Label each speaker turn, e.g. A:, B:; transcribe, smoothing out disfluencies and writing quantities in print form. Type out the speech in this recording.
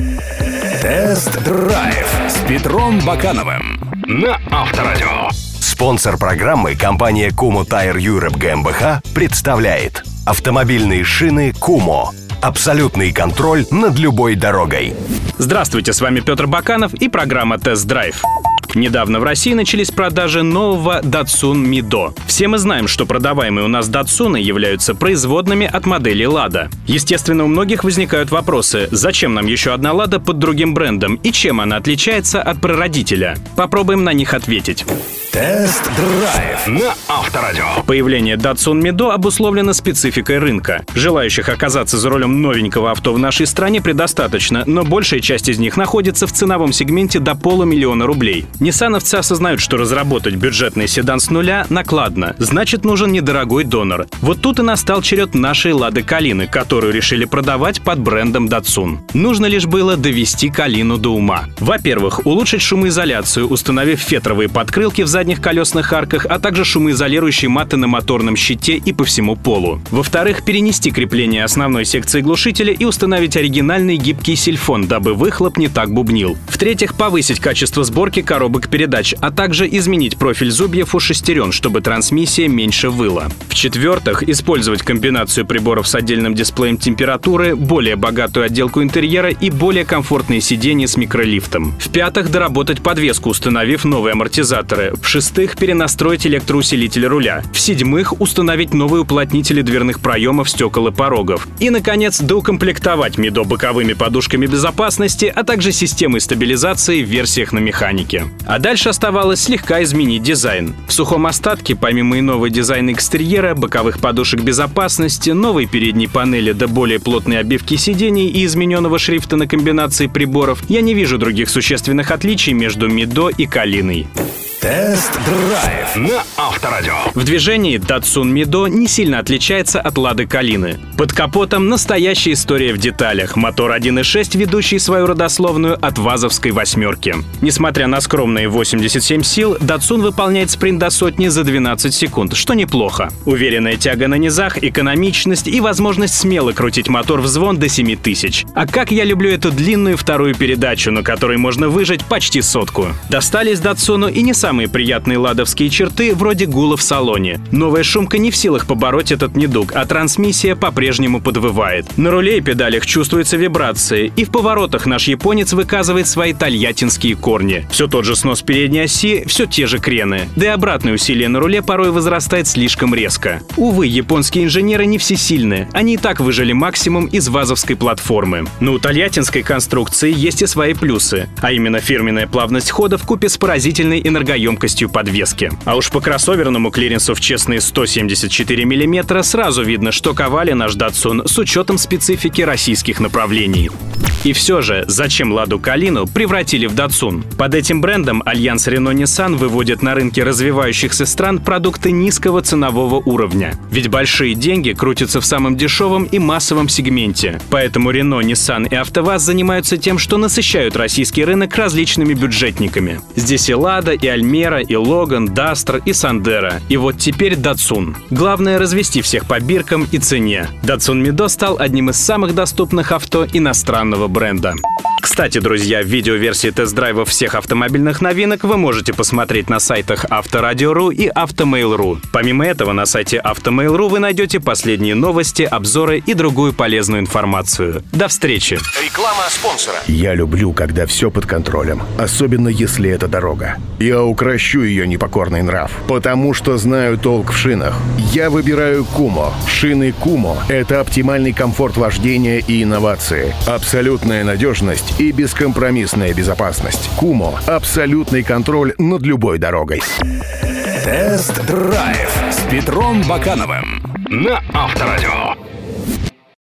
A: Тест-драйв с Петром Бакановым на Авторадио. Спонсор программы, компания Kumho Tire Europe GmbH, представляет автомобильные шины Kumho. Абсолютный контроль над любой дорогой.
B: Здравствуйте, с вами Петр Баканов и программа «Тест-драйв». Недавно в России начались продажи нового Datsun Mido. Все мы знаем, что продаваемые у нас Datsun являются производными от модели Lada. Естественно, у многих возникают вопросы, зачем нам еще одна Lada под другим брендом и чем она отличается от прародителя. Попробуем на них ответить.
A: Тест-драйв на Авторадио.
B: Появление Datsun Mido обусловлено спецификой рынка. Желающих оказаться за рулем новенького авто в нашей стране предостаточно, но большая часть из них находится в ценовом сегменте до $500 000. Ниссановцы осознают, что разработать бюджетный седан с нуля накладно, значит, нужен недорогой донор. Вот тут и настал черед нашей Лады Калины, которую решили продавать под брендом Datsun. Нужно лишь было довести Калину до ума. Во-первых, улучшить шумоизоляцию, установив фетровые подкрылки в задних колесных арках, а также шумоизолирующие маты на моторном щите и по всему полу. Во-вторых, перенести крепление основной секции глушителя и установить оригинальный гибкий сильфон, дабы выхлоп не так бубнил. В-третьих, повысить качество сборки коробок передач, а также изменить профиль зубьев у шестерен, чтобы трансмиссия меньше выла. В-четвертых, использовать комбинацию приборов с отдельным дисплеем температуры, более богатую отделку интерьера и более комфортные сиденья с микролифтом. В-пятых, доработать подвеску, установив новые амортизаторы. В-шестых, перенастроить электроусилитель руля. В-седьмых, установить новые уплотнители дверных проемов, стекол и порогов. И, наконец, доукомплектовать Mido боковыми подушками безопасности, а также системой стабилизации в версиях на механике. А дальше оставалось слегка изменить дизайн. В сухом остатке, помимо иного дизайна экстерьера, боковых подушек безопасности, новой передней панели да более плотной обивки сидений и измененного шрифта на комбинации приборов, я не вижу других существенных отличий между Mido и Калиной.
A: Тест-драйв на Авторадио.
B: В движении Datsun Mido не сильно отличается от Лады Калины. Под капотом настоящая история в деталях. Мотор 1.6, ведущий свою родословную от вазовской восьмерки. Несмотря на скромные 87 сил, Datsun выполняет спринт до сотни за 12 секунд, что неплохо. Уверенная тяга на низах, экономичность и возможность смело крутить мотор в звон до 7000. А как я люблю эту длинную вторую передачу, на которой можно выжать почти сотку. Достались Datsun'у и не самые приятные ладовские черты, вроде гула в салоне. Новая шумка не в силах побороть этот недуг, а трансмиссия по-прежнему подвывает. На руле и педалях чувствуются вибрации, и в поворотах наш японец выказывает свои тольяттинские корни. Все тот же снос передней оси, все те же крены. Да и обратное усилие на руле порой возрастает слишком резко. Увы, японские инженеры не всесильны. Они и так выжали максимум из вазовской платформы. Но у тольяттинской конструкции есть и свои плюсы, а именно фирменная плавность хода вкупе с поразительной энергоемкостью подвески. А уж по кроссоверному клиренсу в честные 174 мм сразу видно, что ковали наш Datsun с учетом специфики российских направлений. И все же, зачем Ладу Калину превратили в Datsun? Под этим брендом Альянс Renault-Nissan выводит на рынки развивающихся стран продукты низкого ценового уровня. Ведь большие деньги крутятся в самом дешевом и массовом сегменте. Поэтому Renault, Nissan и АвтоВАЗ занимаются тем, что насыщают российский рынок различными бюджетниками. Здесь и Lada, и Альмера, и Логан, Дастер и Сандеро. И вот теперь Datsun. Главное развести всех по биркам и цене. Datsun Mido стал одним из самых доступных авто иностранного бренда. Кстати, друзья, видеоверсии тест-драйва всех автомобильных новинок вы можете посмотреть на сайтах Авторадио.ру и Автомейл.ру. Помимо этого, на сайте Автомейл.ру вы найдете последние новости, обзоры и другую полезную информацию. До встречи!
A: Реклама спонсора.
C: Я люблю, когда все под контролем, особенно если это дорога. Я укрощу ее непокорный нрав, потому что знаю толк в шинах. Я выбираю Kumho. Шины Kumho — это оптимальный комфорт вождения и инновации, абсолютная надежность и бескомпромиссная безопасность. Kumho — абсолютный контроль над любой дорогой.
A: Тест-драйв с Петром Бакановым на Авторадио.